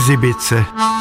Exhibice.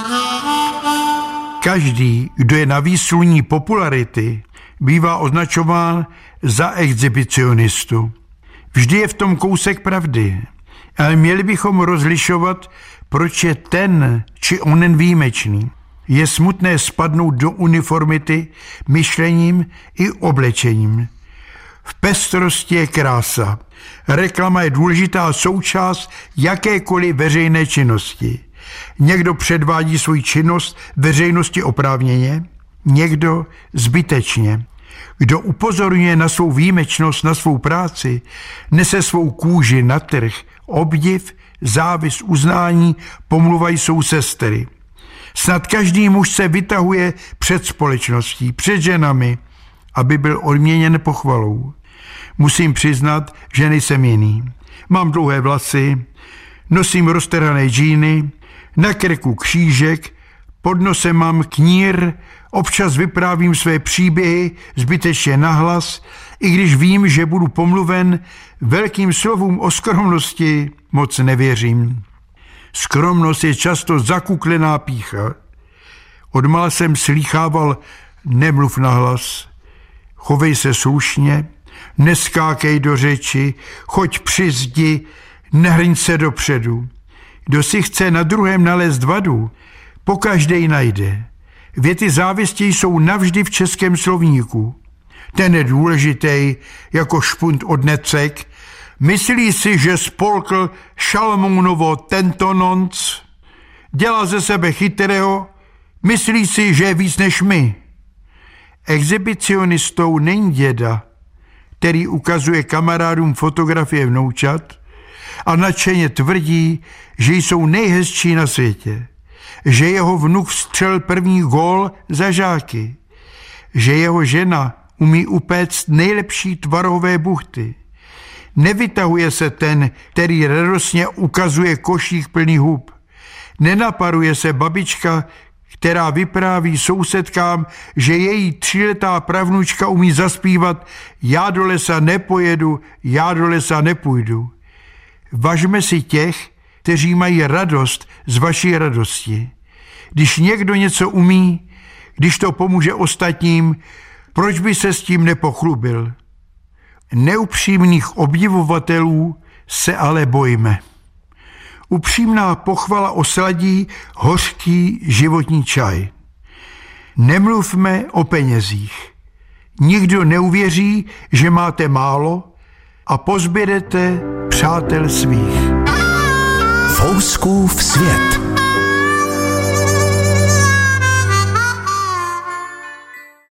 Každý, kdo je na výsluní popularity, bývá označován za exhibicionistu. Vždy je v tom kousek pravdy, ale měli bychom rozlišovat, proč je ten či onen výjimečný. Je smutné spadnout do uniformity myšlením i oblečením. V pestrosti je krása. Reklama je důležitá součást jakékoliv veřejné činnosti. Někdo předvádí svou činnost veřejnosti oprávněně, někdo zbytečně. Kdo upozorňuje na svou výjimečnost, na svou práci, nese svou kůži na trh, obdiv, závis, uznání, pomluvají jsou sestry. Snad každý muž se vytahuje před společností, před ženami, aby byl odměněn pochvalou. Musím přiznat, že nejsem jiný. Mám dlouhé vlasy, nosím roztrhané džíny, na krku křížek, pod nosem mám knír, občas vyprávím své příběhy zbytečně nahlas, i když vím, že budu pomluven, velkým slovům o skromnosti moc nevěřím. Skromnost je často zakuklená pýcha. Odmala jsem slýchával, nemluv nahlas, chovej se slušně, neskákej do řeči, choď při zdi, nehrň se dopředu. Kdo si chce na druhém nalézt vadu, pokaždej najde. Věty závisti jsou navždy v českém slovníku. Ten je důležitý jako špunt od necek. Myslí si, že spolkl Šalmounovo tento nonc. Dělá ze sebe chytrého, myslí si, že je víc než my. Exhibicionistou není děda, který ukazuje kamarádům fotografie vnoučat a nadšeně tvrdí, že jsou nejhezčí na světě, že jeho vnuk vstřel první gól za žáky, že jeho žena umí upéct nejlepší tvarové buchty. Nevytahuje se ten, který radostně ukazuje košík plný hub. Nenaparuje se babička, která vypráví sousedkám, že její 3letá pravnučka umí zaspívat já do lesa nepojedu, já do lesa nepůjdu. Važme si těch, kteří mají radost z vaší radosti. Když někdo něco umí, když to pomůže ostatním, proč by se s tím nepochlubil? Neupřímných obdivovatelů se ale bojíme. Upřímná pochvala osladí hořký životní čaj. Nemluvme o penězích. Nikdo neuvěří, že máte málo a pozběrete přátel svých. Fouskův svět.